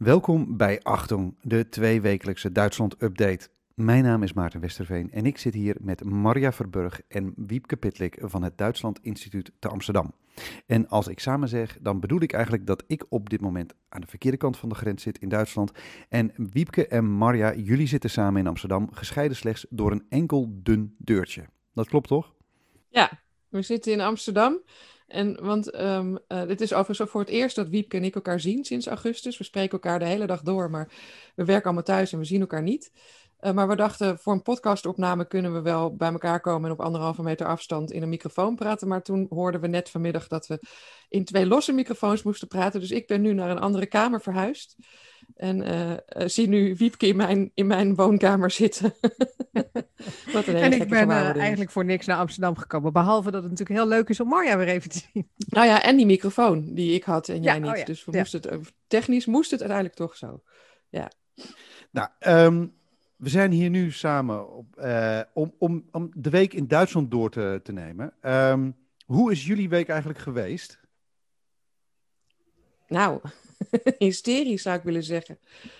Welkom bij Achtung, de tweewekelijkse Duitsland-update. Mijn naam is Maarten Westerveen en ik zit hier met Marja Verburg en Wiepke Pitlik van het Duitsland Instituut te Amsterdam. En als ik samen zeg, dan bedoel ik eigenlijk dat ik op dit moment aan de verkeerde kant van de grens zit in Duitsland. En Wiepke en Marja, jullie zitten samen in Amsterdam, gescheiden slechts door een enkel dun deurtje. Dat klopt toch? Ja, we zitten in Amsterdam. Want dit is overigens voor het eerst dat Wiepke en ik elkaar zien sinds augustus. We spreken elkaar de hele dag door, maar we werken allemaal thuis en we zien elkaar niet. Maar we dachten, voor een podcastopname kunnen we wel bij elkaar komen en op 1,5 meter afstand in een microfoon praten. Maar toen hoorden we net vanmiddag dat we in 2 losse microfoons moesten praten. Dus ik ben nu naar een andere kamer verhuisd. En zie nu Wiepke in mijn woonkamer zitten. Wat een hele En ik gekke ben gewaarwording is. eigenlijk voor niks naar Amsterdam gekomen. Behalve dat het natuurlijk heel leuk is om Marja weer even te zien. Nou ja, en die microfoon die ik had en jij niet. Oh ja. Dus Ja. technisch moest het uiteindelijk toch zo. Ja. Nou, we zijn hier nu samen om de week in Duitsland door te nemen. Hoe is jullie week eigenlijk geweest? Nou, hysterisch zou ik willen zeggen.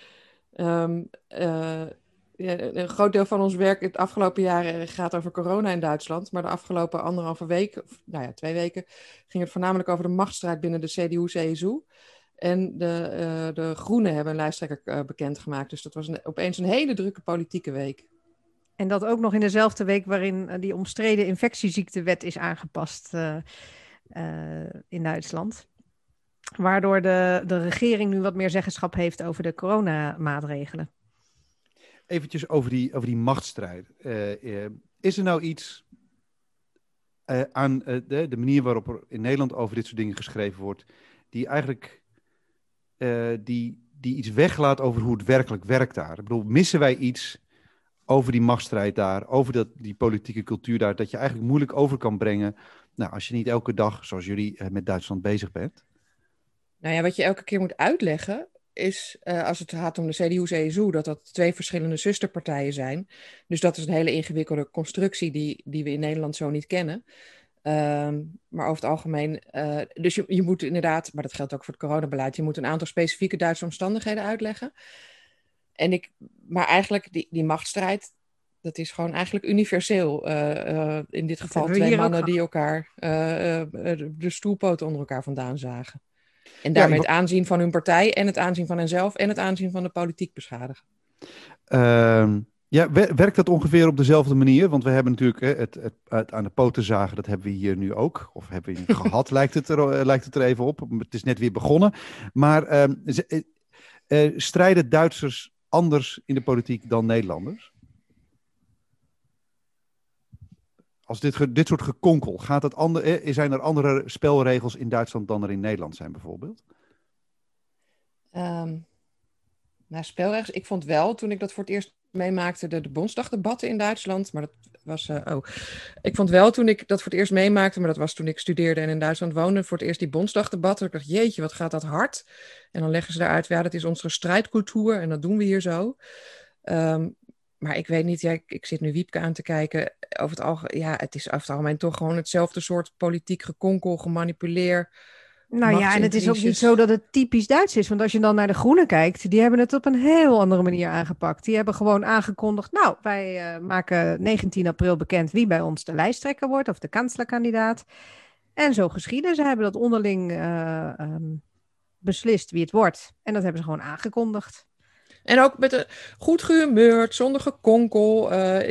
Ja, een groot deel van ons werk het afgelopen jaar gaat over corona in Duitsland. Maar de afgelopen 1,5 week, of nou ja, 2 weken, ging het voornamelijk over de machtsstrijd binnen de CDU-CSU. En de Groenen hebben een lijsttrekker bekendgemaakt. Dus dat was opeens een hele drukke politieke week. En dat ook nog in dezelfde week waarin die omstreden infectieziektewet is aangepast in Duitsland. Waardoor de regering nu wat meer zeggenschap heeft over de coronamaatregelen. Eventjes over die machtsstrijd. Is er nou iets aan de manier waarop er in Nederland over dit soort dingen geschreven wordt, die eigenlijk die iets weglaat over hoe het werkelijk werkt daar? Ik bedoel, missen wij iets over die machtsstrijd daar, over die politieke cultuur daar, dat je eigenlijk moeilijk over kan brengen, nou, als je niet elke dag, zoals jullie, met Duitsland bezig bent? Nou ja, wat je elke keer moet uitleggen is, als het gaat om de CDU-CSU, dat 2 verschillende zusterpartijen zijn. Dus dat is een hele ingewikkelde constructie die we in Nederland zo niet kennen. Maar over het algemeen, dus je moet inderdaad, maar dat geldt ook voor het coronabeleid, je moet een aantal specifieke Duitse omstandigheden uitleggen. Maar eigenlijk die machtsstrijd, dat is gewoon eigenlijk universeel. In dit geval 2 mannen die elkaar de stoelpoten onder elkaar vandaan zagen. En daarmee het aanzien van hun partij en het aanzien van henzelf en het aanzien van de politiek beschadigen. Ja, werkt dat ongeveer op dezelfde manier? Want we hebben natuurlijk het aan de poten zagen, dat hebben we hier nu ook. Of hebben we gehad, lijkt het er even op. Het is net weer begonnen. Maar strijden Duitsers anders in de politiek dan Nederlanders? Als dit soort gekonkel, zijn er andere spelregels in Duitsland dan er in Nederland zijn bijvoorbeeld? Nou, spelregels. Ik vond wel, toen ik dat voor het eerst meemaakte, de Bondsdagdebatten in Duitsland. Maar dat was... Ik vond wel, toen ik dat voor het eerst meemaakte, maar dat was toen ik studeerde en in Duitsland woonde, voor het eerst die Bondsdagdebatten. Ik dacht, jeetje, wat gaat dat hard. En dan leggen ze daaruit, ja, dat is onze strijdcultuur en dat doen we hier zo. Maar ik weet niet, ja, ik zit nu Wiepke aan te kijken. Het is over het algemeen toch gewoon hetzelfde soort politiek gekonkel, gemanipuleer. Nou ja, en het is ook niet zo dat het typisch Duits is. Want als je dan naar de Groenen kijkt, die hebben het op een heel andere manier aangepakt. Die hebben gewoon aangekondigd, nou, wij maken 19 april bekend wie bij ons de lijsttrekker wordt of de kanslerkandidaat. En zo geschieden. Ze hebben dat onderling beslist wie het wordt. En dat hebben ze gewoon aangekondigd. En ook met goed gehumeurd, zonder gekonkel.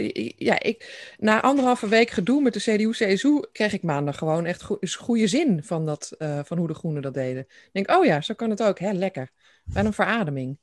Na 1,5 week gedoe met de CDU-CSU kreeg ik maandag gewoon echt goede zin van hoe de Groenen dat deden. Ik denk, oh ja, zo kan het ook. Hè, lekker. Bij een verademing.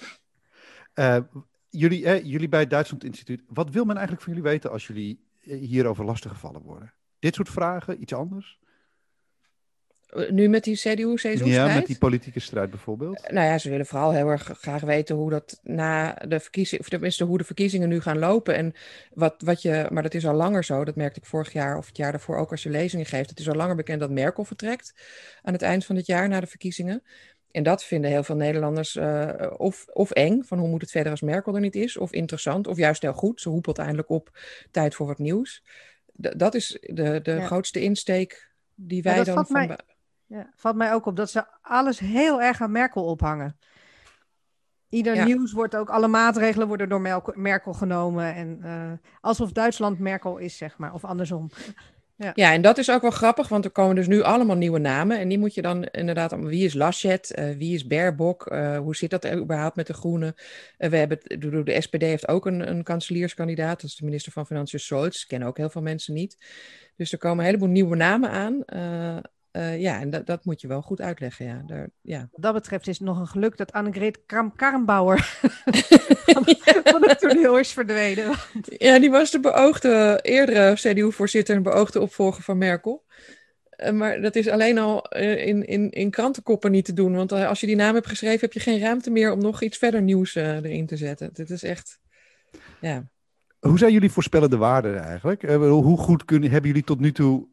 Jullie bij het Duitsland Instituut, wat wil men eigenlijk van jullie weten als jullie hierover lastiggevallen worden? Dit soort vragen, iets anders? Nu met die CDU-CSU-strijd? Ja, met die politieke strijd bijvoorbeeld. Nou ja, ze willen vooral heel erg graag weten hoe dat na de verkiezingen, of tenminste hoe de verkiezingen nu gaan lopen. En maar dat is al langer zo, dat merkte ik vorig jaar of het jaar daarvoor ook als je lezingen geeft. Het is al langer bekend dat Merkel vertrekt aan het eind van het jaar na de verkiezingen. En dat vinden heel veel Nederlanders of eng, van hoe moet het verder als Merkel er niet is, of interessant, of juist heel goed. Ze hoepelt eindelijk op tijd voor wat nieuws. Dat is de grootste insteek die wij dan valt mij ook op dat ze alles heel erg aan Merkel ophangen. Ieder nieuws wordt ook, alle maatregelen worden door Merkel genomen. En alsof Duitsland Merkel is, zeg maar, of andersom. Ja, en dat is ook wel grappig, want er komen dus nu allemaal nieuwe namen. En die moet je dan inderdaad, wie is Laschet, wie is Baerbock, hoe zit dat überhaupt met de Groenen? De SPD heeft ook een kanselierskandidaat, dat is de minister van Financiën Scholz. Kennen ook heel veel mensen niet. Dus er komen een heleboel nieuwe namen aan. En dat moet je wel goed uitleggen, ja. Wat dat betreft is het nog een geluk dat Annegret Kramp-Karrenbauer van het toneel is verdwenen. Ja, die was de beoogde eerdere CDU-voorzitter en beoogde opvolger van Merkel. Maar dat is alleen al in krantenkoppen niet te doen. Want als je die naam hebt geschreven, heb je geen ruimte meer om nog iets verder nieuws erin te zetten. Dit is echt, ja. Hoe zijn jullie voorspellende waarden eigenlijk? Hoe goed hebben jullie tot nu toe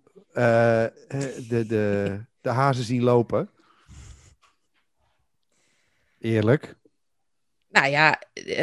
de hazen zien lopen? Eerlijk. Nou ja,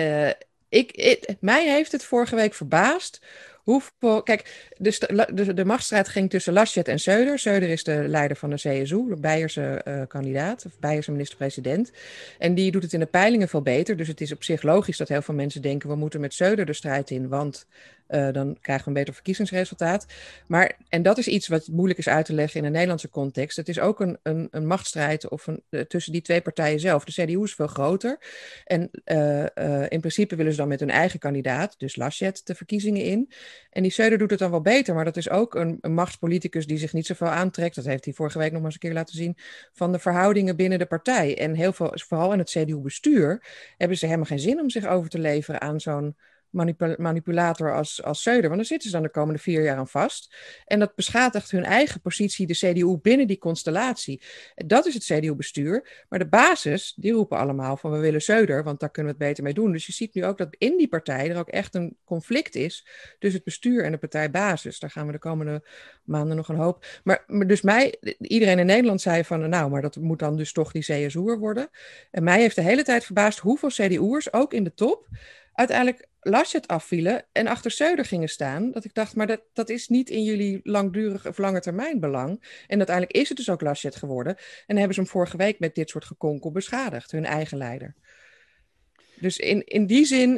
mij heeft het vorige week verbaasd hoeveel... Kijk, de machtsstrijd ging tussen Laschet en Söder. Söder is de leider van de CSU, de Beierse kandidaat, of Beierse minister-president. En die doet het in de peilingen veel beter. Dus het is op zich logisch dat heel veel mensen denken, we moeten met Söder de strijd in, want dan krijgen we een beter verkiezingsresultaat. En dat is iets wat moeilijk is uit te leggen in een Nederlandse context. Het is ook een machtsstrijd tussen die twee partijen zelf. De CDU is veel groter. En in principe willen ze dan met hun eigen kandidaat, dus Laschet, de verkiezingen in. En die Söder doet het dan wel beter, maar dat is ook een machtspoliticus die zich niet zoveel aantrekt. Dat heeft hij vorige week nog maar eens een keer laten zien, van de verhoudingen binnen de partij. En heel veel, vooral in het CDU-bestuur, hebben ze helemaal geen zin om zich over te leveren aan zo'n manipulator als Söder. Want dan zitten ze dan de komende 4 jaar aan vast. En dat beschadigt hun eigen positie, de CDU, binnen die constellatie. Dat is het CDU-bestuur. Maar de basis, die roepen allemaal van we willen Söder, want daar kunnen we het beter mee doen. Dus je ziet nu ook dat in die partij er ook echt een conflict is tussen het bestuur en de partijbasis. Daar gaan we de komende maanden nog een hoop. Maar dus iedereen in Nederland zei van maar dat moet dan dus toch die CSU'er worden. En mij heeft de hele tijd verbaasd hoeveel CDU'ers, ook in de top, uiteindelijk Laschet afvielen en achter Söder gingen staan. Dat ik dacht, maar dat is niet in jullie langdurig of lange termijn belang. En uiteindelijk is het dus ook Laschet geworden. En hebben ze hem vorige week met dit soort gekonkel beschadigd, hun eigen leider. Dus in die zin,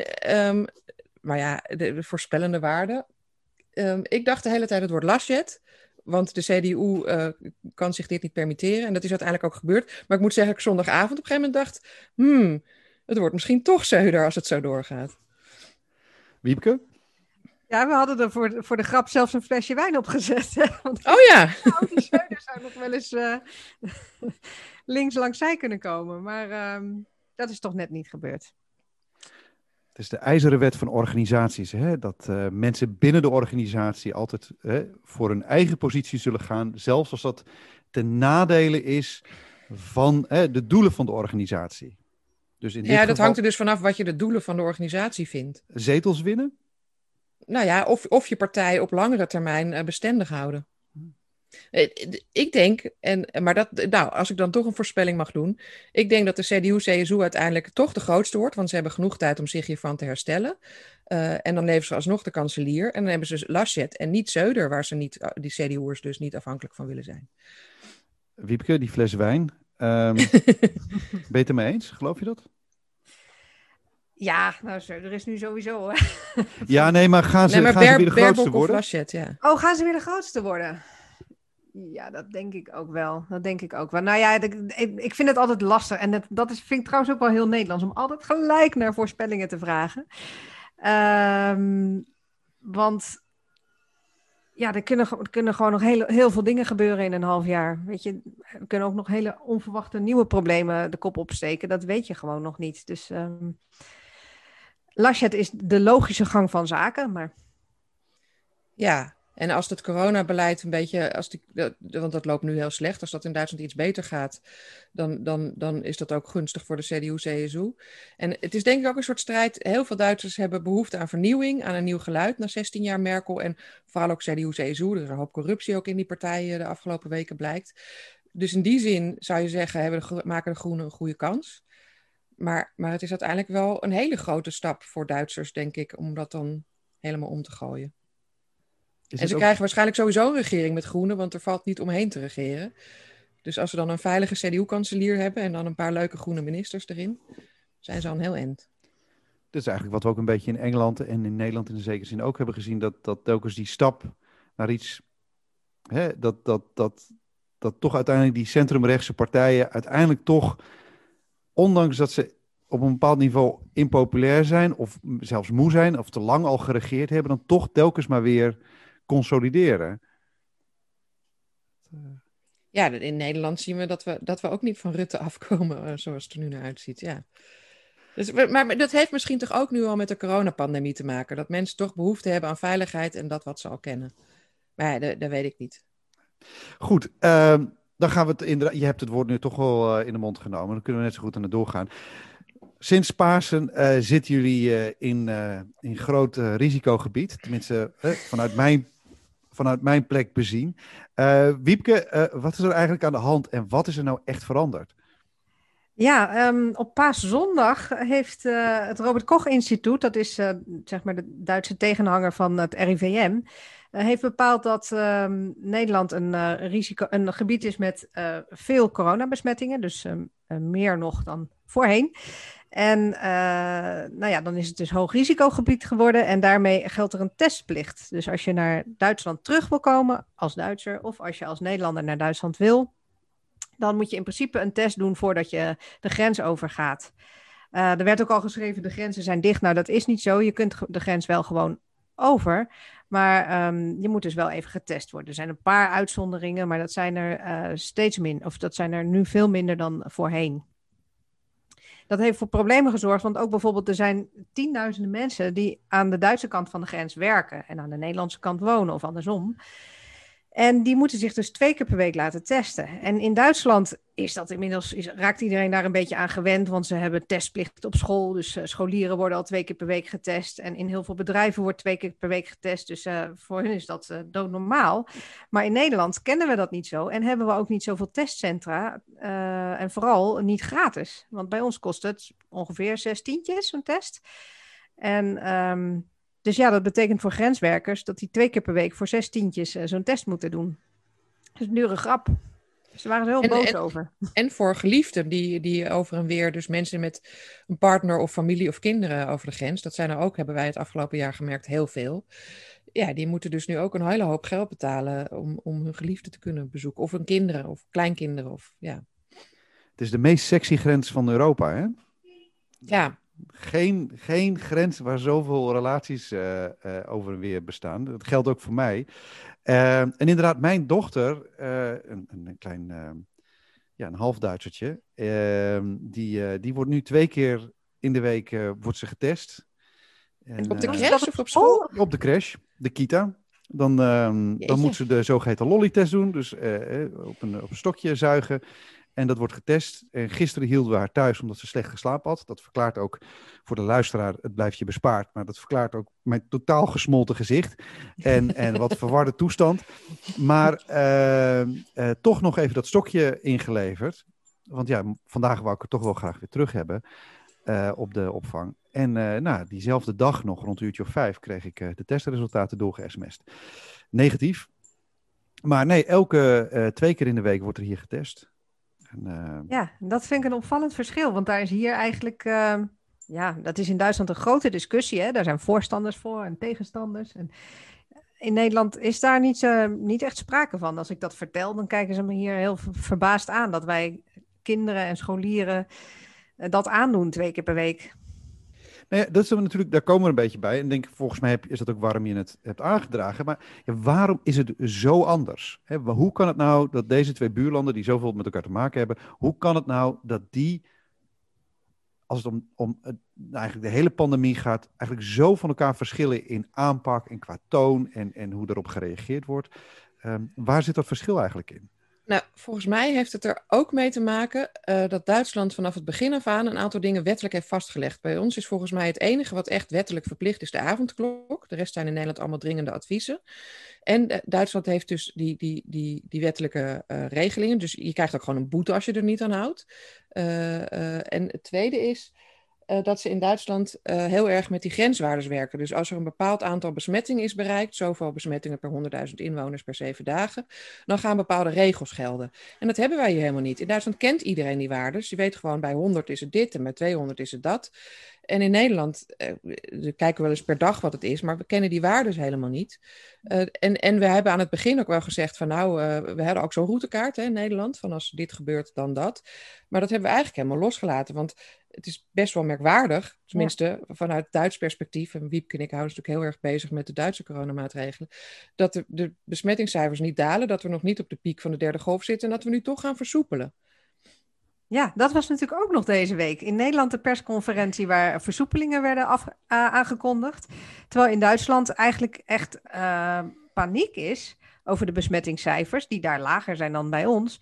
de voorspellende waarde. Ik dacht de hele tijd, het wordt Laschet. Want de CDU kan zich dit niet permitteren. En dat is uiteindelijk ook gebeurd. Maar ik moet zeggen dat ik zondagavond op een gegeven moment dacht, het wordt misschien toch Söder als het zo doorgaat. Wiebke? Ja, we hadden er voor de grap zelfs een flesje wijn op gezet. Hè? Want die Söder zou nog wel eens links langs zij kunnen komen. Maar dat is toch net niet gebeurd. Het is de ijzeren wet van organisaties. Hè? Dat mensen binnen de organisatie altijd voor hun eigen positie zullen gaan. Zelfs als dat ten nadele is van de doelen van de organisatie. Dus in dit geval, dat hangt er dus vanaf wat je de doelen van de organisatie vindt. Zetels winnen? Nou ja, of je partij op langere termijn bestendig houden. Ik denk, als ik dan toch een voorspelling mag doen. Ik denk dat de CDU-CSU uiteindelijk toch de grootste wordt. Want ze hebben genoeg tijd om zich hiervan te herstellen. En dan leveren ze alsnog de kanselier. En dan hebben ze Laschet en niet Söder, waar ze die CDU'ers dus niet afhankelijk van willen zijn. Wiebke, die fles wijn. Ben je het ermee eens? Geloof je dat? Ja, Söder is nu sowieso. Ja, nee, maar gaan ze weer de grootste worden? Laschet, ja. Oh, gaan ze weer de grootste worden? Ja, dat denk ik ook wel. Nou ja, ik vind het altijd lastig. En vind ik trouwens ook wel heel Nederlands, om altijd gelijk naar voorspellingen te vragen. Want ja, er kunnen gewoon nog heel veel dingen gebeuren in een half jaar. Weet je, er kunnen ook nog hele onverwachte nieuwe problemen de kop opsteken. Dat weet je gewoon nog niet. Dus Laschet is de logische gang van zaken, maar... Ja, en als het coronabeleid een beetje, want dat loopt nu heel slecht, als dat in Duitsland iets beter gaat, dan is dat ook gunstig voor de CDU-CSU. En het is denk ik ook een soort strijd. Heel veel Duitsers hebben behoefte aan vernieuwing, aan een nieuw geluid na 16 jaar Merkel. En vooral ook CDU-CSU. Er is een hoop corruptie ook in die partijen de afgelopen weken blijkt. Dus in die zin zou je zeggen, maken de Groenen een goede kans. Maar het is uiteindelijk wel een hele grote stap voor Duitsers, denk ik, om dat dan helemaal om te gooien. En ze krijgen waarschijnlijk sowieso een regering met Groenen, want er valt niet omheen te regeren. Dus als we dan een veilige CDU-kanselier hebben en dan een paar leuke groene ministers erin, zijn ze al een heel eind. Dat is eigenlijk wat we ook een beetje in Engeland en in Nederland in een zekere zin ook hebben gezien. Dat telkens die stap naar iets... Dat toch uiteindelijk die centrumrechtse partijen uiteindelijk toch, ondanks dat ze op een bepaald niveau impopulair zijn of zelfs moe zijn of te lang al geregeerd hebben, dan toch telkens maar weer consolideren. Ja, in Nederland zien we dat we ook niet van Rutte afkomen zoals het er nu naar uitziet, ja. Dus, maar dat heeft misschien toch ook nu al met de coronapandemie te maken. Dat mensen toch behoefte hebben aan veiligheid en dat wat ze al kennen. Maar ja, dat weet ik niet. Goed, dan gaan we het inderdaad... Je hebt het woord nu toch wel in de mond genomen. Dan kunnen we net zo goed aan het doorgaan. Sinds Pasen zitten jullie in groot risicogebied. Tenminste, vanuit mijn plek bezien. Wiepke, wat is er eigenlijk aan de hand en wat is er nou echt veranderd? Ja, op Paaszondag heeft het Robert Koch Instituut, dat is zeg maar de Duitse tegenhanger van het RIVM, heeft bepaald dat Nederland een gebied is met veel coronabesmettingen, dus meer nog dan voorheen. En dan is het dus hoog risicogebied geworden en daarmee geldt er een testplicht. Dus als je naar Duitsland terug wil komen als Duitser of als je als Nederlander naar Duitsland wil, dan moet je in principe een test doen voordat je de grens overgaat. Er werd ook al geschreven, de grenzen zijn dicht. Nou, dat is niet zo. Je kunt de grens wel gewoon over. Maar je moet dus wel even getest worden. Er zijn een paar uitzonderingen, maar dat zijn er steeds minder. Of dat zijn er nu veel minder dan voorheen. Dat heeft voor problemen gezorgd, want ook bijvoorbeeld er zijn tienduizenden mensen die aan de Duitse kant van de grens werken en aan de Nederlandse kant wonen of andersom. En die moeten zich dus 2 keer per week laten testen. En in Duitsland is dat inmiddels, raakt iedereen daar een beetje aan gewend, want ze hebben testplicht op school. Dus scholieren worden al 2 keer per week getest. En in heel veel bedrijven wordt 2 keer per week getest. Dus voor hen is dat doodnormaal. Maar in Nederland kennen we dat niet zo. En hebben we ook niet zoveel testcentra. En vooral niet gratis. Want bij ons kost het ongeveer 6 tientjes, zo'n test. En dus ja, dat betekent voor grenswerkers dat die 2 keer per week voor 6 tientjes zo'n test moeten doen. Dat is een dure grap. Ze waren er heel boos over. En voor geliefden die over en weer, dus mensen met een partner of familie of kinderen over de grens, dat zijn er ook, hebben wij het afgelopen jaar gemerkt, heel veel. Ja, die moeten dus nu ook een hele hoop geld betalen om hun geliefden te kunnen bezoeken. Of hun kinderen of kleinkinderen. Ja. Het is de meest sexy grens van Europa, hè? Ja. Geen grens waar zoveel relaties over en weer bestaan. Dat geldt ook voor mij. En inderdaad, mijn dochter, een klein, een half Duitsertje, die wordt nu 2 keer in de week wordt ze getest. En, op de crash of op school? Op de crash, de kita. Dan moet ze de zogeheten lollytest doen, dus op een stokje zuigen. En dat wordt getest. En gisteren hielden we haar thuis omdat ze slecht geslapen had. Dat verklaart ook voor de luisteraar, het blijft je bespaard. Maar dat verklaart ook mijn totaal gesmolten gezicht. En wat verwarde toestand. Maar toch nog even dat stokje ingeleverd. Want ja, vandaag wou ik het toch wel graag weer terug hebben op de opvang. En diezelfde dag nog, rond een uurtje of 5, kreeg ik de testresultaten doorge-sms'd. Negatief. Maar nee, elke 2 keer in de week wordt er hier getest. Ja, dat vind ik een opvallend verschil. Want daar is hier eigenlijk... dat is in Duitsland een grote discussie. Hè? Daar zijn voorstanders voor en tegenstanders. En in Nederland is daar niet echt sprake van. Als ik dat vertel, dan kijken ze me hier heel verbaasd aan. Dat wij kinderen en scholieren dat aandoen 2 keer per week. Nou ja, dat is natuurlijk, daar komen we een beetje bij. En denk, volgens mij is dat ook waarom je het hebt aangedragen. Maar ja, waarom is het zo anders? Hoe kan het nou dat deze 2 buurlanden, die zoveel met elkaar te maken hebben, hoe kan het nou dat die, als het om eigenlijk de hele pandemie gaat, eigenlijk zo van elkaar verschillen in aanpak en qua toon en hoe erop gereageerd wordt? Waar zit dat verschil eigenlijk in? Nou, volgens mij heeft het er ook mee te maken dat Duitsland vanaf het begin af aan een aantal dingen wettelijk heeft vastgelegd. Bij ons is volgens mij het enige wat echt wettelijk verplicht is de avondklok. De rest zijn in Nederland allemaal dringende adviezen. En Duitsland heeft dus die wettelijke regelingen. Dus je krijgt ook gewoon een boete als je er niet aan houdt. En het tweede is, dat ze in Duitsland heel erg met die grenswaardes werken. Dus als er een bepaald aantal besmettingen is bereikt, zoveel besmettingen per 100.000 inwoners per 7 dagen, dan gaan bepaalde regels gelden. En dat hebben wij hier helemaal niet. In Duitsland kent iedereen die waardes. Je weet gewoon, bij 100 is het dit en bij 200 is het dat. En in Nederland kijken we wel eens per dag wat het is, maar we kennen die waardes helemaal niet. En we hebben aan het begin ook wel gezegd van we hadden ook zo'n routekaart in Nederland, van als dit gebeurt, dan dat. Maar dat hebben we eigenlijk helemaal losgelaten, want het is best wel merkwaardig, tenminste vanuit Duits perspectief, en Wiepke en ik houden ons natuurlijk heel erg bezig met de Duitse coronamaatregelen, dat de besmettingscijfers niet dalen, dat we nog niet op de piek van de derde golf zitten en dat we nu toch gaan versoepelen. Ja, dat was natuurlijk ook nog deze week. In Nederland de persconferentie waar versoepelingen werden aangekondigd. Terwijl in Duitsland eigenlijk echt paniek is over de besmettingscijfers, die daar lager zijn dan bij ons.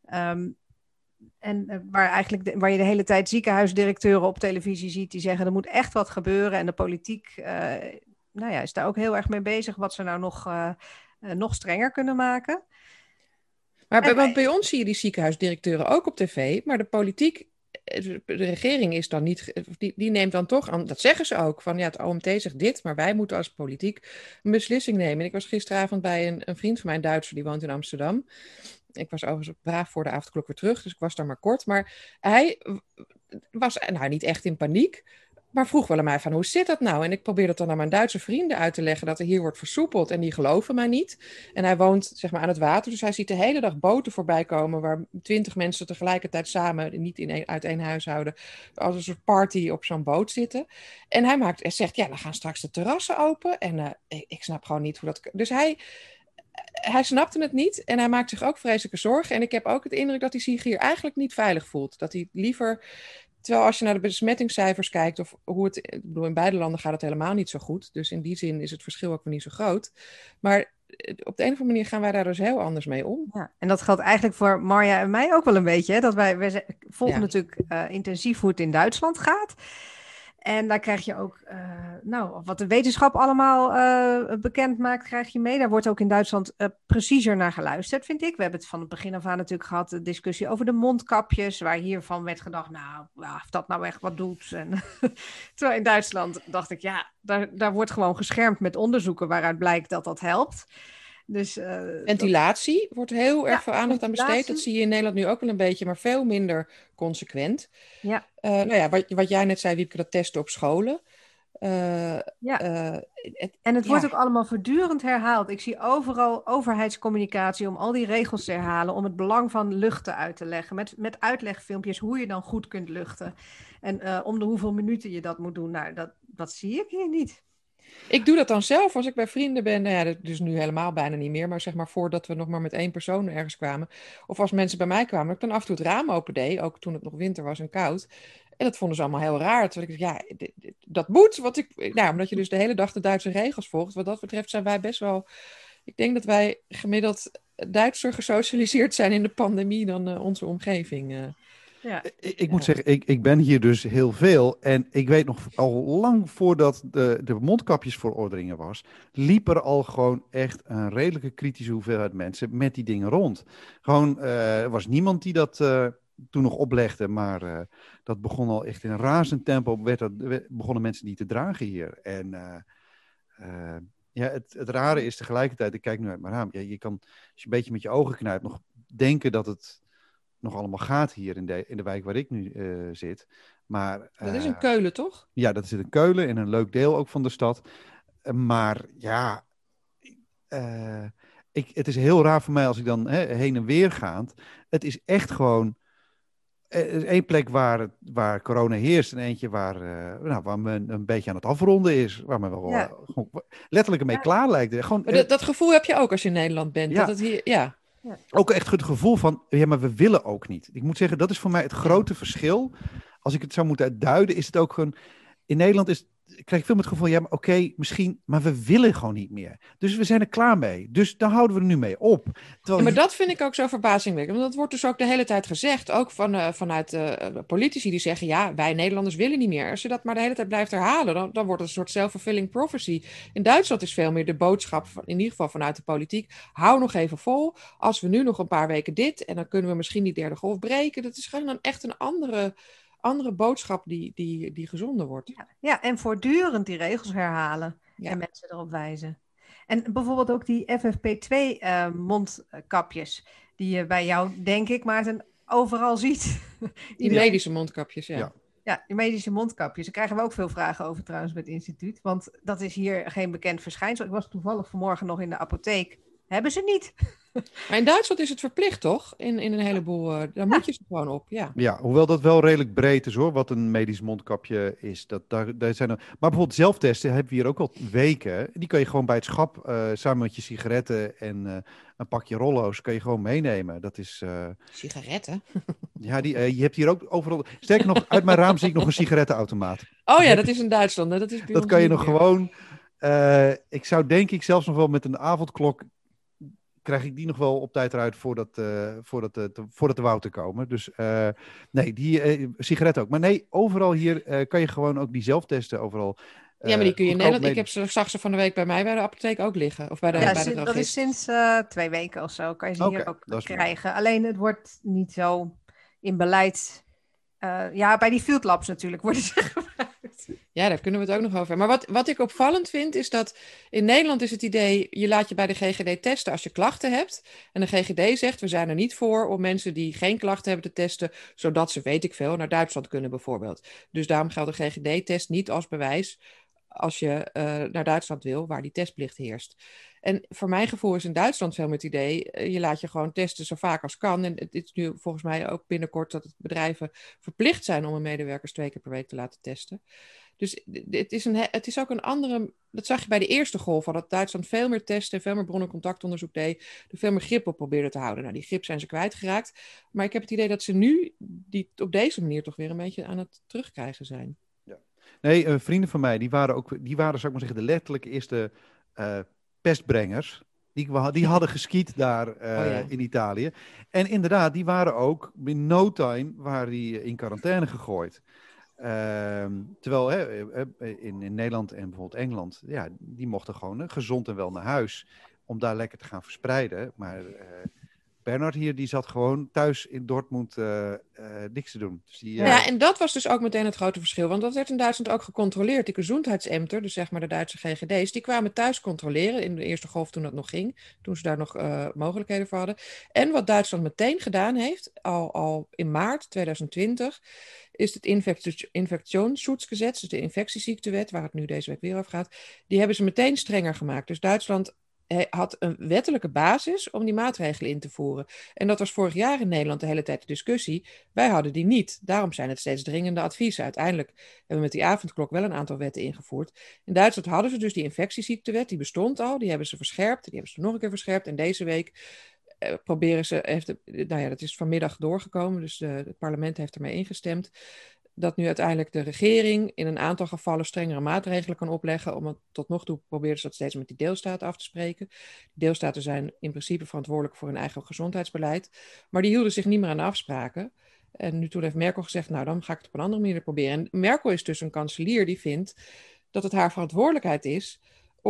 Waar je de hele tijd ziekenhuisdirecteuren op televisie ziet die zeggen er moet echt wat gebeuren. En de politiek is daar ook heel erg mee bezig wat ze nou nog strenger kunnen maken. Maar want bij ons zie je die ziekenhuisdirecteuren ook op tv, maar de politiek, de regering is dan niet, die neemt dan toch aan, dat zeggen ze ook, van het OMT zegt dit, maar wij moeten als politiek een beslissing nemen. En ik was gisteravond bij een vriend van mij, een Duitser, die woont in Amsterdam. Ik was overigens braaf voor de avondklok weer terug, dus ik was daar maar kort. Maar hij was niet echt in paniek, maar vroeg wel aan mij van hoe zit dat nou? En ik probeer dat dan aan mijn Duitse vrienden uit te leggen dat er hier wordt versoepeld en die geloven mij niet. En hij woont zeg maar aan het water, dus hij ziet de hele dag boten voorbij komen waar 20 mensen tegelijkertijd samen, niet uit één huishouden, als een soort party op zo'n boot zitten. En hij zegt, dan gaan straks de terrassen open en ik snap gewoon niet hoe dat... Dus hij snapte het niet en hij maakt zich ook vreselijke zorgen. En ik heb ook het indruk dat hij zich hier eigenlijk niet veilig voelt. Dat hij liever... Terwijl als je naar de besmettingscijfers kijkt, of hoe het... Ik bedoel, in beide landen gaat het helemaal niet zo goed. Dus in die zin is het verschil ook weer niet zo groot. Maar op de een of andere manier gaan wij daar dus heel anders mee om. Ja, en dat geldt eigenlijk voor Marja en mij ook wel een beetje. Hè? Dat wij volgen natuurlijk intensief hoe het in Duitsland gaat. En daar krijg je ook, wat de wetenschap allemaal bekend maakt, krijg je mee. Daar wordt ook in Duitsland preciezer naar geluisterd, vind ik. We hebben het van het begin af aan natuurlijk gehad, de discussie over de mondkapjes, waar hiervan werd gedacht, of dat nou echt wat doet. En terwijl in Duitsland dacht ik, daar wordt gewoon geschermd met onderzoeken waaruit blijkt dat dat helpt. Dus, ventilatie wordt heel erg veel aandacht aan besteed. Dat zie je in Nederland nu ook wel een beetje, maar veel minder consequent. Ja. Wat jij net zei, Wiepke, dat testen op scholen. En het wordt ook allemaal voortdurend herhaald. Ik zie overal overheidscommunicatie om al die regels te herhalen, om het belang van luchten uit te leggen. Met uitlegfilmpjes hoe je dan goed kunt luchten. En om de hoeveel minuten je dat moet doen. Nou, dat zie ik hier niet. Ik doe dat dan zelf als ik bij vrienden ben. Dus nu helemaal bijna niet meer. Maar zeg maar voordat we nog maar met 1 persoon ergens kwamen. Of als mensen bij mij kwamen, dat ik dan af en toe het raam open deed. Ook toen het nog winter was en koud. En dat vonden ze allemaal heel raar. Terwijl ik dacht, dat moet. Omdat je dus de hele dag de Duitse regels volgt. Wat dat betreft zijn wij best wel... Ik denk dat wij gemiddeld Duitser gesocialiseerd zijn in de pandemie dan onze omgeving. Ja. Ik moet zeggen, ik ben hier dus heel veel. En ik weet nog al lang voordat de mondkapjesverordeningen was, liep er al gewoon echt een redelijke kritische hoeveelheid mensen met die dingen rond. Gewoon, er was niemand die dat toen nog oplegde, maar dat begon al echt in een razend tempo, begonnen mensen die te dragen hier. En het rare is tegelijkertijd, ik kijk nu uit mijn raam, je kan, als je een beetje met je ogen knijpt, nog denken dat het nog allemaal gaat hier in de wijk waar ik nu zit. Maar, dat is in Keulen, toch? Ja, dat zit in Keulen, in een leuk deel ook van de stad. Maar het is heel raar voor mij als ik dan heen en weer gaand. Het is echt gewoon... Er is 1 plek waar corona heerst en eentje waar men een beetje aan het afronden is. Waar men wel letterlijk ermee klaar lijkt. Gewoon, dat gevoel heb je ook als je in Nederland bent. Ja. Dat het hier, ja. Ja. Ook echt het gevoel van, maar we willen ook niet. Ik moet zeggen, dat is voor mij het grote verschil. Als ik het zou moeten uitduiden, is het ook gewoon... In Nederland krijg ik veel met het gevoel, maar oké, misschien, maar we willen gewoon niet meer. Dus we zijn er klaar mee. Dus daar houden we er nu mee op. Maar dat vind ik ook zo verbazingwekkend. Want dat wordt dus ook de hele tijd gezegd. Ook vanuit politici die zeggen, wij Nederlanders willen niet meer. Als je dat maar de hele tijd blijft herhalen, dan wordt het een soort self-fulfilling prophecy. In Duitsland is veel meer de boodschap, in ieder geval vanuit de politiek, hou nog even vol. Als we nu nog een paar weken dit, en dan kunnen we misschien die derde golf breken. Dat is gewoon echt een andere boodschap die gezonden wordt. Ja, en voortdurend die regels herhalen en mensen erop wijzen. En bijvoorbeeld ook die FFP2 mondkapjes, die je bij jou, denk ik, Maarten, overal ziet. Die medische mondkapjes, ja. Ja, die medische mondkapjes. Daar krijgen we ook veel vragen over trouwens bij het instituut. Want dat is hier geen bekend verschijnsel. Ik was toevallig vanmorgen nog in de apotheek. Hebben ze niet. Maar in Duitsland is het verplicht, toch? In een heleboel... daar moet je ze gewoon op, Ja, hoewel dat wel redelijk breed is, hoor. Wat een medisch mondkapje is. Daar zijn maar bijvoorbeeld zelftesten hebben we hier ook al weken. Die kan je gewoon bij het schap, samen met je sigaretten en een pakje Rollo's, kan je gewoon meenemen. Dat is... Sigaretten? Ja, je hebt hier ook overal... Sterker nog, uit mijn raam zie ik nog een sigarettenautomaat. Oh ja, dat is in Duitsland. Hè? Dat kan je nog gewoon... ik zou denk ik zelfs nog wel met een avondklok... krijg ik die nog wel op tijd eruit voordat de Wouter komen. Dus nee, die sigaretten ook. Maar nee, overal hier kan je gewoon ook die zelftesten overal... ja, maar die kun je in Nederland... zag ze van de week bij mij bij de apotheek ook liggen. Of bij de drogist. Dat is sinds 2 weken of zo. Kan je ze hier ook krijgen. Mooi. Alleen het wordt niet zo in beleid... bij die field labs natuurlijk worden ze gebruikt. Ja, daar kunnen we het ook nog over. Maar wat ik opvallend vind, is dat in Nederland is het idee... je laat je bij de GGD testen als je klachten hebt. En de GGD zegt, we zijn er niet voor om mensen die geen klachten hebben te testen... zodat ze, weet ik veel, naar Duitsland kunnen bijvoorbeeld. Dus daarom geldt de GGD-test niet als bewijs... als je naar Duitsland wil, waar die testplicht heerst. En voor mijn gevoel is in Duitsland veel met het idee... je laat je gewoon testen zo vaak als kan. En het is nu volgens mij ook binnenkort dat bedrijven verplicht zijn... om hun medewerkers 2 keer per week te laten testen. Dus het is ook een andere... Dat zag je bij de eerste golf, dat Duitsland veel meer testen... veel meer bronnencontactonderzoek deed... er veel meer grip op probeerde te houden. Nou, die grip zijn ze kwijtgeraakt. Maar ik heb het idee dat ze nu die op deze manier... toch weer een beetje aan het terugkrijgen zijn. Nee, vrienden van mij, die waren, zou ik maar zeggen, de letterlijke eerste pestbrengers. Die hadden geskiet daar in Italië. En inderdaad, die waren ook, in no time, die in quarantaine gegooid. Terwijl in Nederland en bijvoorbeeld Engeland, ja, die mochten gewoon gezond en wel naar huis. Om daar lekker te gaan verspreiden. Maar... Bernard hier, die zat gewoon thuis in Dortmund niks te doen. Dus Ja, en dat was dus ook meteen het grote verschil. Want dat werd in Duitsland ook gecontroleerd. Die gezondheidsämter, dus zeg maar de Duitse GGD's... die kwamen thuis controleren in de eerste golf toen dat nog ging. Toen ze daar nog mogelijkheden voor hadden. En wat Duitsland meteen gedaan heeft, al in maart 2020... is het Infektionsschutzgesetz, dus de infectieziektewet... waar het nu deze week weer over gaat... die hebben ze meteen strenger gemaakt. Dus Duitsland... had een wettelijke basis om die maatregelen in te voeren. En dat was vorig jaar in Nederland de hele tijd de discussie. Wij hadden die niet. Daarom zijn het steeds dringende adviezen. Uiteindelijk hebben we met die avondklok wel een aantal wetten ingevoerd. In Duitsland hadden ze dus die infectieziektewet. Die bestond al. Die hebben ze verscherpt. Die hebben ze nog een keer verscherpt. En deze week proberen ze... dat is vanmiddag doorgekomen. Dus het parlement heeft ermee ingestemd. Dat nu uiteindelijk de regering in een aantal gevallen strengere maatregelen kan opleggen. Om het tot nog toe probeerden ze dat steeds met die deelstaten af te spreken. Die deelstaten zijn in principe verantwoordelijk voor hun eigen gezondheidsbeleid. Maar die hielden zich niet meer aan de afspraken. En toen heeft Merkel gezegd, nou dan ga ik het op een andere manier proberen. En Merkel is dus een kanselier die vindt dat het haar verantwoordelijkheid is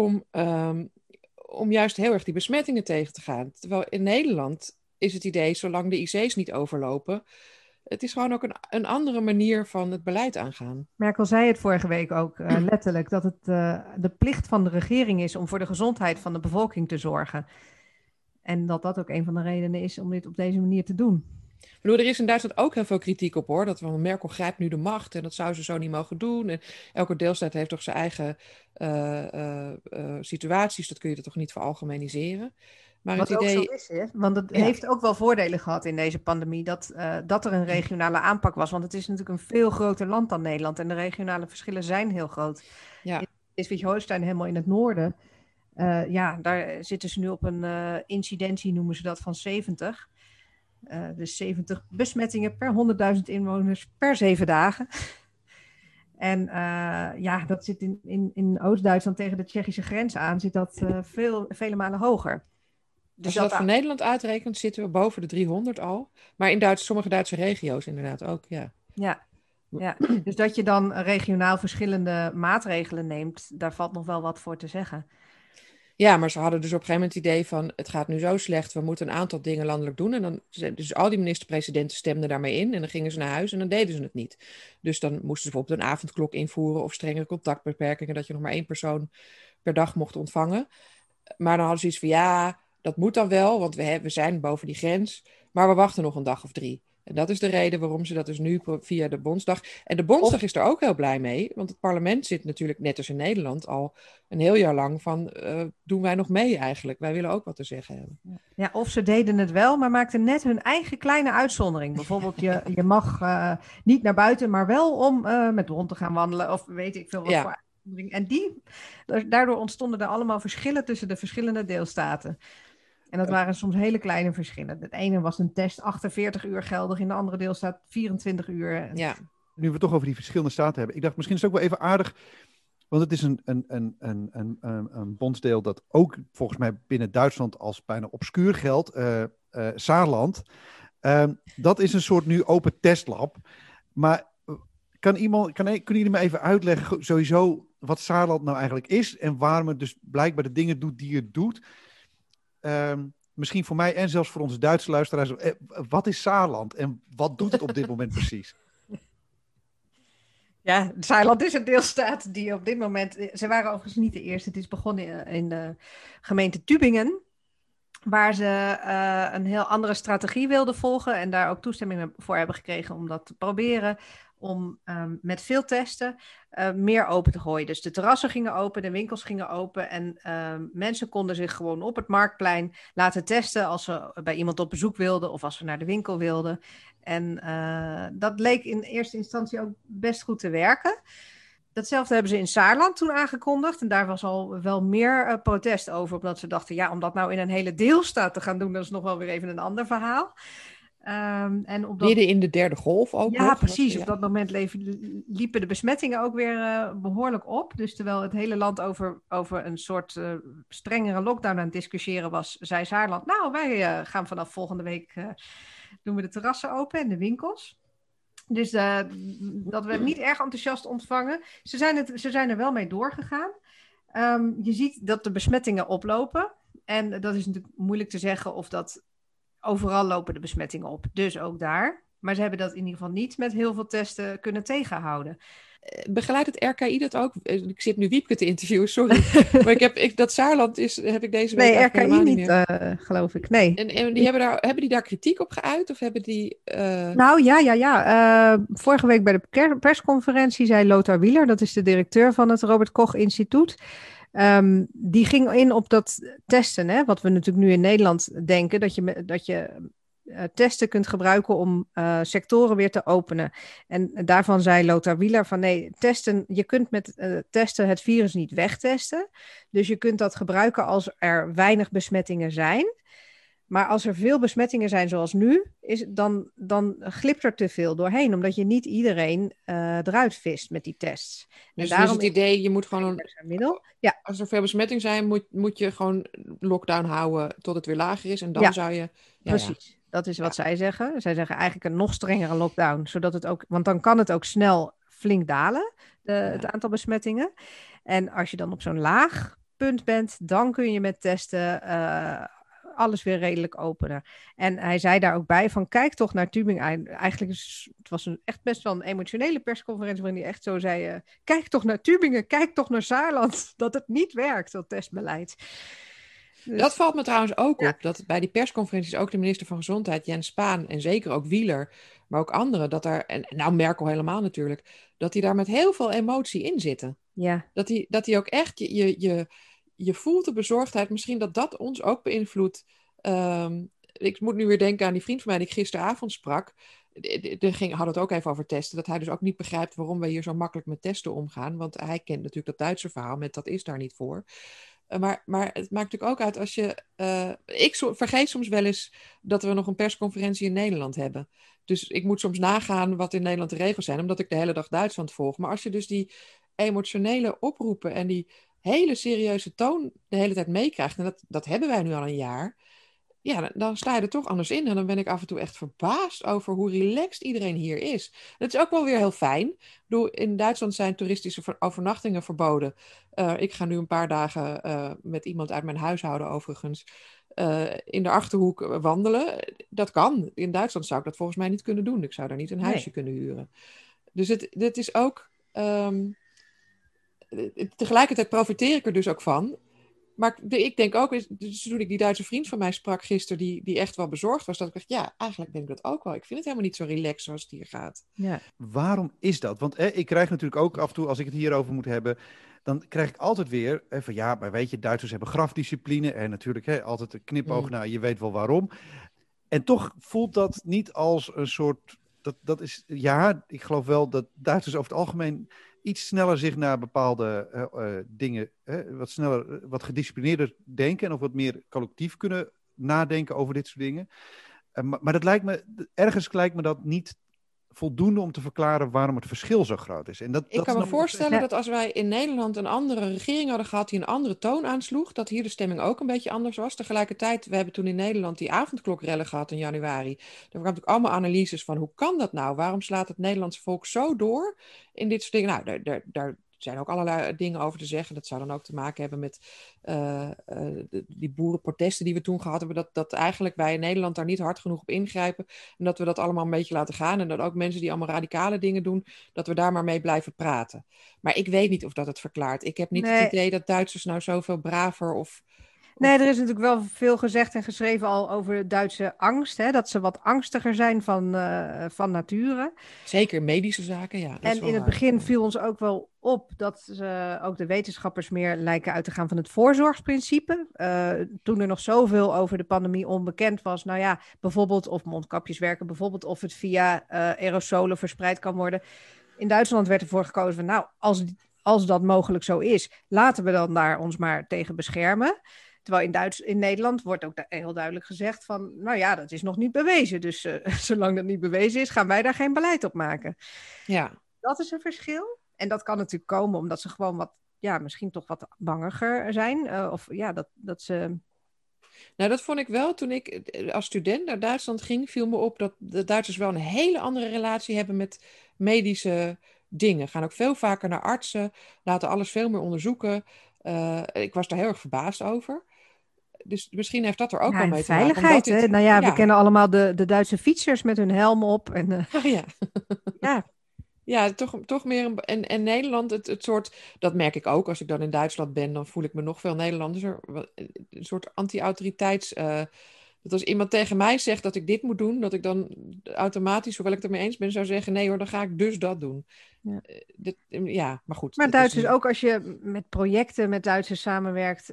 om juist heel erg die besmettingen tegen te gaan. Terwijl in Nederland is het idee, zolang de IC's niet overlopen... Het is gewoon ook een andere manier van het beleid aangaan. Merkel zei het vorige week ook letterlijk... dat het de plicht van de regering is om voor de gezondheid van de bevolking te zorgen. En dat dat ook een van de redenen is om dit op deze manier te doen. Ik bedoel, er is in Duitsland ook heel veel kritiek op, hoor. Dat Merkel grijpt nu de macht en dat zou ze zo niet mogen doen. En elke deelstaat heeft toch zijn eigen situaties. Dat kun je er toch niet veralgemeniseren. Maar wat het idee... ook zo is, hè? Want het heeft ook wel voordelen gehad in deze pandemie... dat er een regionale aanpak was. Want het is natuurlijk een veel groter land dan Nederland... en de regionale verschillen zijn heel groot. Ja. In Schleswig-Holstein, helemaal in het noorden... daar zitten ze nu op een incidentie, noemen ze dat, van 70. Dus 70 besmettingen per 100.000 inwoners per 7 dagen. En dat zit in Oost-Duitsland tegen de Tsjechische grens aan... zit dat vele malen hoger. Dus als je dat voor Nederland uitrekent, zitten we boven de 300 al. Maar in sommige Duitse regio's inderdaad ook, ja. Ja, dus dat je dan regionaal verschillende maatregelen neemt, daar valt nog wel wat voor te zeggen. Ja, maar ze hadden dus op een gegeven moment het idee van, het gaat nu zo slecht, we moeten een aantal dingen landelijk doen. En dan, dus al die minister-presidenten stemden daarmee in en dan gingen ze naar huis en dan deden ze het niet. Dus dan moesten ze bijvoorbeeld een avondklok invoeren of strengere contactbeperkingen, dat je nog maar 1 persoon per dag mocht ontvangen. Maar dan hadden ze iets van, ja, dat moet dan wel, want we zijn boven die grens, maar we wachten nog een dag of 3. En dat is de reden waarom ze dat dus nu via de Bondsdag... En de Bondsdag is er ook heel blij mee, want het parlement zit natuurlijk, net als in Nederland, al een heel jaar lang van, doen wij nog mee eigenlijk? Wij willen ook wat te zeggen hebben. Ja, of ze deden het wel, maar maakten net hun eigen kleine uitzondering. Bijvoorbeeld, je mag niet naar buiten, maar wel om met de hond te gaan wandelen of weet ik veel wat voor uitzondering. En daardoor ontstonden er allemaal verschillen tussen de verschillende deelstaten. En dat waren soms hele kleine verschillen. Het ene was een test 48 uur geldig, in de andere deelstaat 24 uur. Ja. Nu we het toch over die verschillende staten hebben. Ik dacht, misschien is het ook wel even aardig, want het is een bondsdeel dat ook volgens mij binnen Duitsland als bijna obscuur geldt. Saarland. Dat is een soort nu open testlab. Maar kunnen jullie me even uitleggen sowieso wat Saarland nou eigenlijk is en waarom het dus blijkbaar de dingen doet die het doet? Misschien voor mij en zelfs voor onze Duitse luisteraars. Wat is Saarland en wat doet het op dit moment precies? Ja, Saarland is een deelstaat die op dit moment... Ze waren overigens niet de eerste. Het is begonnen in de gemeente Tübingen, waar ze een heel andere strategie wilden volgen en daar ook toestemming voor hebben gekregen om dat te proberen. Om met veel testen meer open te gooien. Dus de terrassen gingen open, de winkels gingen open en mensen konden zich gewoon op het Marktplein laten testen als ze bij iemand op bezoek wilden of als ze naar de winkel wilden. En dat leek in eerste instantie ook best goed te werken. Datzelfde hebben ze in Saarland toen aangekondigd. En daar was al wel meer protest over. Omdat ze dachten, ja, om dat nou in een hele deelstaat te gaan doen, dat is nog wel weer even een ander verhaal. Midden in de derde golf ook. Ja, precies. Op dat moment liepen de besmettingen ook weer behoorlijk op. Dus terwijl het hele land over een soort strengere lockdown aan het discussiëren was, zei Saarland, nou, wij gaan vanaf volgende week, doen we de terrassen open en de winkels. Dus dat werd niet erg enthousiast ontvangen. Ze zijn er wel mee doorgegaan. Je ziet dat de besmettingen oplopen. En dat is natuurlijk moeilijk te zeggen of dat... Overal lopen de besmettingen op, dus ook daar. Maar ze hebben dat in ieder geval niet met heel veel testen kunnen tegenhouden. Begeleidt het RKI dat ook? Ik zit nu Wiepke te interviewen, sorry. Maar dat Saarland heb ik deze week RKI niet meer. Geloof ik. Nee. En die hebben die daar kritiek op geuit? Of hebben die... Nou, ja. Vorige week bij de persconferentie zei Lothar Wieler, dat is de directeur van het Robert Koch Instituut. Die ging in op dat testen, hè? Wat we natuurlijk nu in Nederland denken, dat je testen kunt gebruiken om sectoren weer te openen. En daarvan zei Lothar Wieler van nee, je kunt met testen het virus niet wegtesten. Dus je kunt dat gebruiken als er weinig besmettingen zijn. Maar als er veel besmettingen zijn zoals nu, dan glipt er te veel doorheen. Omdat je niet iedereen eruit vist met die tests. Dus daarom is het idee, je moet gewoon... Ja. Als er veel besmettingen zijn, moet je gewoon lockdown houden tot het weer lager is. En dan zou je... Ja, precies. Dat is wat zij zeggen. Zij zeggen eigenlijk een nog strengere lockdown. Zodat het ook, want dan kan het ook snel flink dalen, het aantal besmettingen. En als je dan op zo'n laag punt bent, dan kun je met testen... alles weer redelijk openen. En hij zei daar ook bij van kijk toch naar Tübingen. Eigenlijk het was echt best wel een emotionele persconferentie waarin hij echt zo zei, kijk toch naar Tübingen, kijk toch naar Saarland, dat het niet werkt, dat testbeleid. Dus... Dat valt me trouwens ook op, dat bij die persconferenties ook de minister van Gezondheid, Jens Spahn, en zeker ook Wieler, maar ook anderen, en nou Merkel helemaal natuurlijk, dat die daar met heel veel emotie in zitten. Ja. Dat die ook echt, je voelt de bezorgdheid, misschien dat ons ook beïnvloedt. Ik moet nu weer denken aan die vriend van mij die ik gisteravond sprak. Had het ook even over testen. Dat hij dus ook niet begrijpt waarom we hier zo makkelijk met testen omgaan. Want hij kent natuurlijk dat Duitse verhaal met dat is daar niet voor. Maar het maakt natuurlijk ook uit als je... ik vergeet soms wel eens dat we nog een persconferentie in Nederland hebben. Dus ik moet soms nagaan wat in Nederland de regels zijn, omdat ik de hele dag Duitsland volg. Maar als je dus die emotionele oproepen en die hele serieuze toon de hele tijd meekrijgt, en dat hebben wij nu al een jaar, ja, dan sta je er toch anders in. En dan ben ik af en toe echt verbaasd over hoe relaxed iedereen hier is. Dat is ook wel weer heel fijn. Ik bedoel, in Duitsland zijn toeristische overnachtingen verboden. Ik ga nu een paar dagen met iemand uit mijn huishouden overigens in de Achterhoek wandelen. Dat kan. In Duitsland zou ik dat volgens mij niet kunnen doen. Ik zou daar niet een huisje kunnen huren. Dus dit is ook... tegelijkertijd profiteer ik er dus ook van. Maar ik denk ook, dus toen ik die Duitse vriend van mij sprak gisteren, die echt wel bezorgd was, dat ik dacht, ja, eigenlijk ben ik dat ook wel. Ik vind het helemaal niet zo relaxed zoals het hier gaat. Ja. Waarom is dat? Want ik krijg natuurlijk ook af en toe, als ik het hierover moet hebben, dan krijg ik altijd weer van ja, maar weet je, Duitsers hebben grafdiscipline en natuurlijk altijd een knipoog naar, je weet wel waarom. En toch voelt dat niet als een soort, dat is, ja, ik geloof wel dat Duitsers over het algemeen iets sneller zich naar bepaalde dingen, wat sneller, wat gedisciplineerder denken en of wat meer collectief kunnen nadenken over dit soort dingen. Maar dat ergens lijkt me dat niet voldoende om te verklaren waarom het verschil zo groot is. En ik kan me voorstellen dat als wij in Nederland een andere regering hadden gehad die een andere toon aansloeg, dat hier de stemming ook een beetje anders was. Tegelijkertijd, we hebben toen in Nederland die avondklokrellen gehad in januari. Er kwamen natuurlijk allemaal analyses van hoe kan dat nou? Waarom slaat het Nederlandse volk zo door in dit soort dingen? Nou, daar zijn ook allerlei dingen over te zeggen. Dat zou dan ook te maken hebben met die boerenprotesten die we toen gehad hebben. Dat eigenlijk wij in Nederland daar niet hard genoeg op ingrijpen. En dat we dat allemaal een beetje laten gaan. En dat ook mensen die allemaal radicale dingen doen, dat we daar maar mee blijven praten. Maar ik weet niet of dat het verklaart. Ik heb niet het idee dat Duitsers nou zoveel braver of... Nee, er is natuurlijk wel veel gezegd en geschreven al over Duitse angst. Hè? Dat ze wat angstiger zijn van nature. Zeker, medische zaken, ja. En in het begin viel ons ook wel op dat ook de wetenschappers meer lijken uit te gaan van het voorzorgsprincipe. Toen er nog zoveel over de pandemie onbekend was. Nou ja, bijvoorbeeld of mondkapjes werken, bijvoorbeeld of het via aerosolen verspreid kan worden. In Duitsland werd ervoor gekozen van nou, als dat mogelijk zo is, laten we dan daar ons maar tegen beschermen. Terwijl in Nederland wordt ook heel duidelijk gezegd van, nou ja, dat is nog niet bewezen. Dus zolang dat niet bewezen is, gaan wij daar geen beleid op maken. Ja. Dat is een verschil. En dat kan natuurlijk komen omdat ze gewoon wat, ja, misschien toch wat bangiger zijn. Of ja, dat ze... Nou, dat vond ik wel toen ik als student naar Duitsland ging, viel me op dat de Duitsers wel een hele andere relatie hebben met medische dingen. Gaan ook veel vaker naar artsen, laten alles veel meer onderzoeken. Ik was daar heel erg verbaasd over. Dus misschien heeft dat er ook wel mee te maken. Veiligheid, hè? Nou ja, we kennen allemaal de Duitse fietsers met hun helm op. En, ja. Ja. Ja, toch meer en Nederland, het soort, dat merk ik ook. Als ik dan in Duitsland ben, dan voel ik me nog veel Nederlander. Een soort anti-autoriteits... dat als iemand tegen mij zegt dat ik dit moet doen, dat ik dan automatisch, hoewel ik het ermee eens ben, zou zeggen, nee hoor, dan ga ik dus dat doen. Ja, maar goed. Maar Duitsers, ook als je met projecten met Duitsers samenwerkt,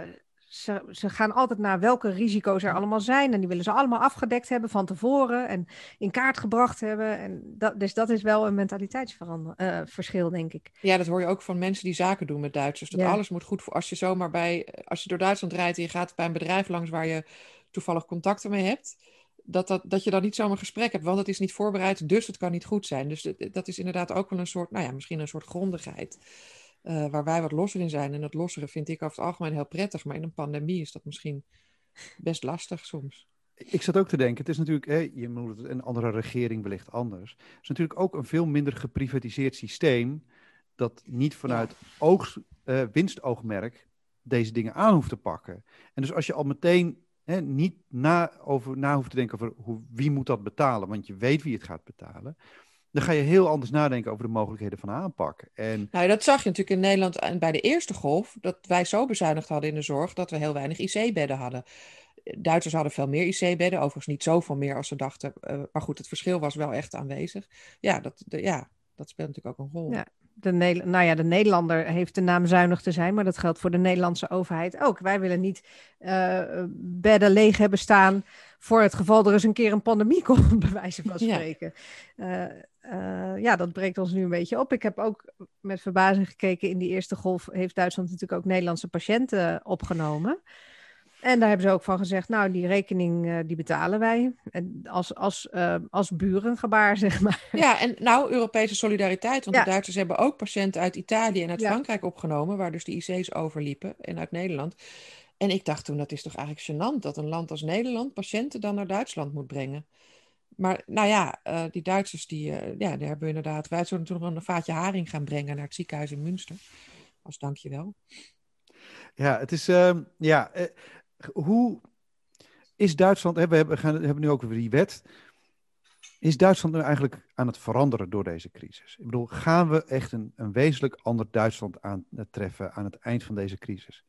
ze gaan altijd naar welke risico's er allemaal zijn. En die willen ze allemaal afgedekt hebben van tevoren en in kaart gebracht hebben. En dus dat is wel een mentaliteitsverschil, denk ik. Ja, dat hoor je ook van mensen die zaken doen met Duitsers. Dat alles moet goed voor als je door Duitsland rijdt en je gaat bij een bedrijf langs waar je toevallig contacten mee hebt, dat je dan niet zomaar gesprek hebt, want het is niet voorbereid, dus het kan niet goed zijn. Dus dat is inderdaad ook wel een soort, nou ja, misschien een soort grondigheid. Waar wij wat losser in zijn. En dat lossere vind ik over het algemeen heel prettig. Maar in een pandemie is dat misschien best lastig soms. Ik zat ook te denken, het is natuurlijk, je moet het een andere regering wellicht anders. Het is natuurlijk ook een veel minder geprivatiseerd systeem dat niet vanuit winstoogmerk deze dingen aan hoeft te pakken. En dus als je al meteen niet na hoeft te denken over wie moet dat betalen, want je weet wie het gaat betalen, dan ga je heel anders nadenken over de mogelijkheden van aanpak. Nou, dat zag je natuurlijk in Nederland en bij de eerste golf, dat wij zo bezuinigd hadden in de zorg dat we heel weinig IC-bedden hadden. Duitsers hadden veel meer IC-bedden, overigens niet zoveel meer als ze dachten. Maar goed, het verschil was wel echt aanwezig. Ja, dat speelt natuurlijk ook een rol. Ja. De Nederlander heeft de naam zuinig te zijn, maar dat geldt voor de Nederlandse overheid ook. Wij willen niet bedden leeg hebben staan voor het geval er eens een keer een pandemie komt, bij wijze van spreken. Dat breekt ons nu een beetje op. Ik heb ook met verbazing gekeken, in die eerste golf heeft Duitsland natuurlijk ook Nederlandse patiënten opgenomen. En daar hebben ze ook van gezegd, nou, die rekening die betalen wij. En als burengebaar, zeg maar. Ja, en nou, Europese solidariteit. Want de Duitsers hebben ook patiënten uit Italië en uit Frankrijk opgenomen, waar dus de IC's overliepen. En uit Nederland. En ik dacht toen, dat is toch eigenlijk gênant dat een land als Nederland patiënten dan naar Duitsland moet brengen. Maar nou ja, die Duitsers, die hebben inderdaad... Wij zouden toen nog een vaatje haring gaan brengen naar het ziekenhuis in Münster. Als dankjewel. Ja, het is... hoe is Duitsland... We hebben nu ook weer die wet. Is Duitsland nu eigenlijk aan het veranderen door deze crisis? Ik bedoel, gaan we echt een wezenlijk ander Duitsland aantreffen aan het eind van deze crisis?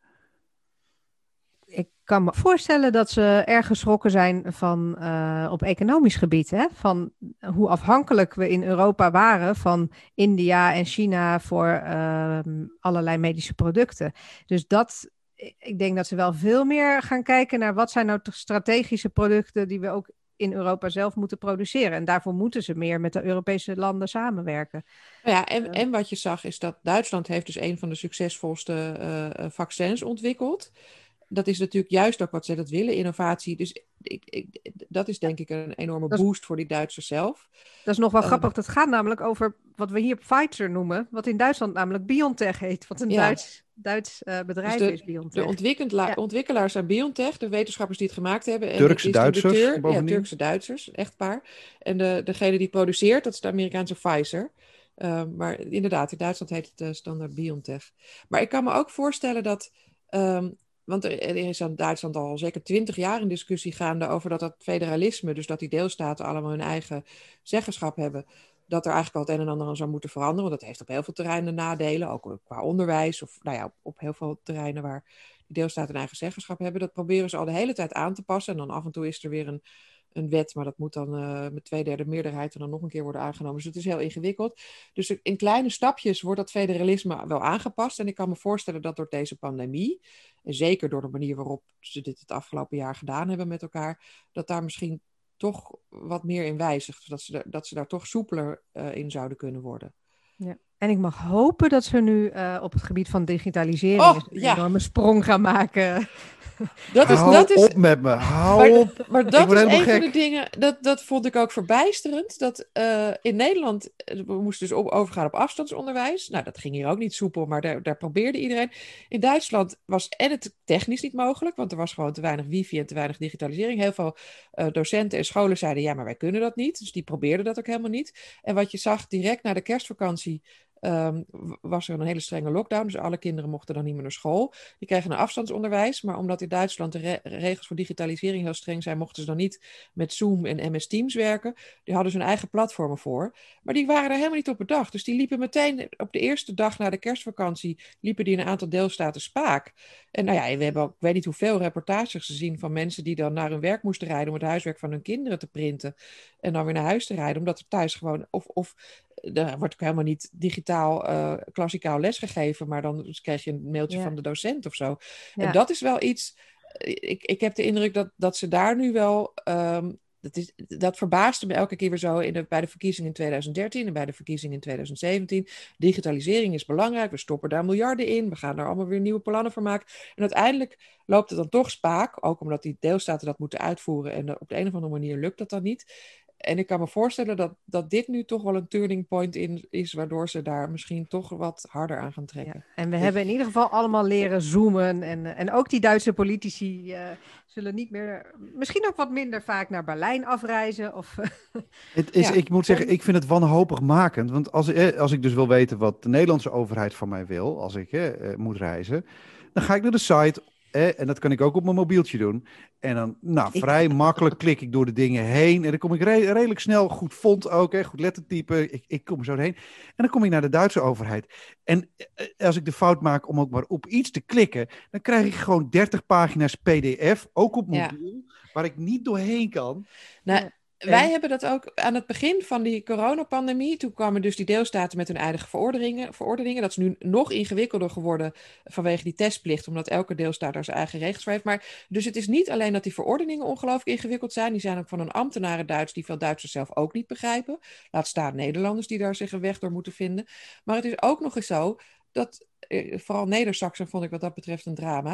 Ik kan me voorstellen dat ze erg geschrokken zijn van op economisch gebied. Hè? Van hoe afhankelijk we in Europa waren van India en China voor allerlei medische producten. Dus ik denk dat ze wel veel meer gaan kijken naar wat zijn nou toch strategische producten die we ook in Europa zelf moeten produceren. En daarvoor moeten ze meer met de Europese landen samenwerken. Ja, en wat je zag is dat Duitsland heeft dus een van de succesvolste vaccins ontwikkeld. Dat is natuurlijk juist ook wat ze dat willen, innovatie. Dus dat is denk ik een enorme boost voor die Duitsers zelf. Dat is nog wel grappig. Dat gaat namelijk over wat we hier Pfizer noemen, wat in Duitsland namelijk BioNTech heet. Wat een Duits bedrijf dus is, BioNTech. De ontwikkelaars zijn BioNTech, de wetenschappers die het gemaakt hebben. En Turkse Duitsers. Turkse Duitsers, echtpaar. En degene die produceert, dat is de Amerikaanse Pfizer. Maar inderdaad, in Duitsland heet het standaard BioNTech. Maar ik kan me ook voorstellen dat... want er is aan Duitsland al zeker 20 jaar een discussie gaande over dat federalisme, dus dat die deelstaten allemaal hun eigen zeggenschap hebben, dat er eigenlijk al het een en ander aan zou moeten veranderen. Want dat heeft op heel veel terreinen nadelen, ook qua onderwijs of op heel veel terreinen waar die deelstaten een eigen zeggenschap hebben. Dat proberen ze al de hele tijd aan te passen. En dan af en toe is er weer een wet, maar dat moet dan met 2/3 meerderheid en dan nog een keer worden aangenomen. Dus het is heel ingewikkeld. Dus in kleine stapjes wordt dat federalisme wel aangepast. En ik kan me voorstellen dat door deze pandemie, en zeker door de manier waarop ze dit het afgelopen jaar gedaan hebben met elkaar, dat daar misschien toch wat meer in wijzigt. Dat ze daar toch soepeler in zouden kunnen worden. Ja. En ik mag hopen dat ze nu op het gebied van digitalisering een enorme sprong gaan maken. Dat is op met me, hou op. Maar dat is een van de dingen, dat vond ik ook verbijsterend. Dat in Nederland, we moesten dus overgaan op afstandsonderwijs. Nou, dat ging hier ook niet soepel, maar daar probeerde iedereen. In Duitsland was het technisch niet mogelijk, want er was gewoon te weinig wifi en te weinig digitalisering. Heel veel docenten en scholen zeiden, ja, maar wij kunnen dat niet. Dus die probeerden dat ook helemaal niet. En wat je zag, direct na de kerstvakantie was er een hele strenge lockdown. Dus alle kinderen mochten dan niet meer naar school. Die kregen een afstandsonderwijs. Maar omdat in Duitsland de regels voor digitalisering heel streng zijn, mochten ze dan niet met Zoom en MS Teams werken. Die hadden ze hun eigen platformen voor. Maar die waren er helemaal niet op bedacht. Dus die liepen meteen op de eerste dag na de kerstvakantie, liepen die in een aantal deelstaten spaak. En nou ja, we hebben ook, ik weet niet hoeveel reportages gezien van mensen die dan naar hun werk moesten rijden om het huiswerk van hun kinderen te printen. En dan weer naar huis te rijden, omdat er thuis gewoon er wordt ook helemaal niet digitaal klassikaal lesgegeven, maar dan krijg je een mailtje van de docent of zo. Ja. En dat is wel iets, ik heb de indruk dat ze daar nu wel, dat verbaasde me elke keer weer zo bij de verkiezingen in 2013 en bij de verkiezingen in 2017. Digitalisering is belangrijk, we stoppen daar miljarden in, we gaan daar allemaal weer nieuwe plannen voor maken. En uiteindelijk loopt het dan toch spaak, ook omdat die deelstaten dat moeten uitvoeren en op de een of andere manier lukt dat dan niet. En ik kan me voorstellen dat dit nu toch wel een turning point is, waardoor ze daar misschien toch wat harder aan gaan trekken. Ja, en we hebben in ieder geval allemaal leren zoomen. En ook die Duitse politici zullen niet meer, misschien ook wat minder vaak naar Berlijn afreizen. Ik moet zeggen, ik vind het wanhopigmakend. Want als ik dus wil weten wat de Nederlandse overheid van mij wil, als ik moet reizen, dan ga ik naar de site. En dat kan ik ook op mijn mobieltje doen. En dan, vrij makkelijk klik ik door de dingen heen. En dan kom ik redelijk snel, goed font ook, goed lettertype. Ik kom er zo heen. En dan kom ik naar de Duitse overheid. En als ik de fout maak om ook maar op iets te klikken, dan krijg ik gewoon 30 pagina's PDF, ook op mobiel, waar ik niet doorheen kan. Nou, wij hebben dat ook aan het begin van die coronapandemie. Toen kwamen dus die deelstaten met hun eigen verordeningen. Dat is nu nog ingewikkelder geworden vanwege die testplicht, omdat elke deelstaat daar zijn eigen regels voor heeft. Maar dus het is niet alleen dat die verordeningen ongelooflijk ingewikkeld zijn. Die zijn ook van een ambtenaren Duits die veel Duitsers zelf ook niet begrijpen. Laat staan Nederlanders die daar zich een weg door moeten vinden. Maar het is ook nog eens zo dat, vooral Neder-Saxen vond ik wat dat betreft een drama,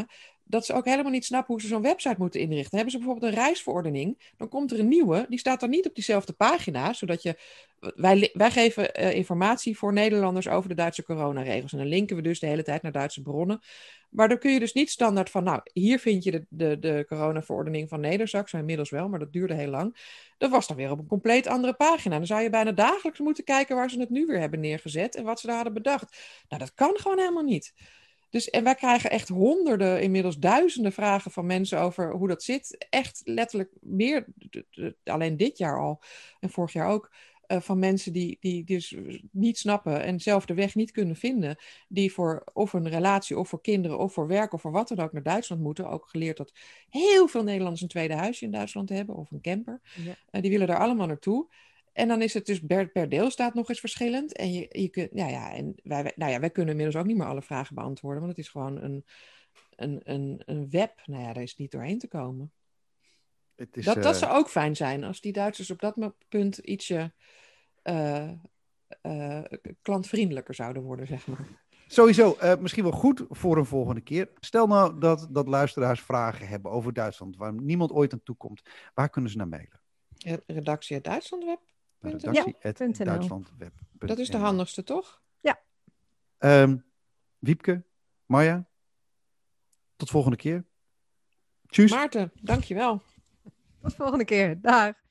dat ze ook helemaal niet snappen hoe ze zo'n website moeten inrichten. Hebben ze bijvoorbeeld een reisverordening, dan komt er een nieuwe, die staat dan niet op diezelfde pagina, zodat je... Wij geven informatie voor Nederlanders over de Duitse coronaregels. En dan linken we dus de hele tijd naar Duitse bronnen. Maar dan kun je dus niet standaard van, nou, hier vind je de coronaverordening van Nedersaks, inmiddels wel, maar dat duurde heel lang. Dat was dan weer op een compleet andere pagina. Dan zou je bijna dagelijks moeten kijken waar ze het nu weer hebben neergezet en wat ze daar hadden bedacht. Nou, dat kan gewoon helemaal niet. Dus, en wij krijgen echt honderden, inmiddels duizenden vragen van mensen over hoe dat zit. Echt letterlijk meer, alleen dit jaar al en vorig jaar ook, van mensen die dus niet snappen en zelf de weg niet kunnen vinden. Die voor of een relatie of voor kinderen of voor werk of voor wat dan ook naar Duitsland moeten. Ook geleerd dat heel veel Nederlanders een tweede huisje in Duitsland hebben of een camper. Ja. Die willen daar allemaal naartoe. En dan is het dus per deelstaat nog eens verschillend. En je kunt, en wij kunnen inmiddels ook niet meer alle vragen beantwoorden, want het is gewoon een web. Nou ja, daar is niet doorheen te komen. Het is, dat zou ook fijn zijn als die Duitsers op dat punt ietsje klantvriendelijker zouden worden, zeg maar. Sowieso, misschien wel goed voor een volgende keer. Stel nou dat luisteraars vragen hebben over Duitsland, waar niemand ooit aan toe komt. Waar kunnen ze naar mailen? Redactie@duitslandweb. Redactie@duitslandweb. Dat is de handigste, toch? Ja. Wiepke, Marja, tot volgende keer. Tjus. Maarten, dankjewel. Tot volgende keer. Dag.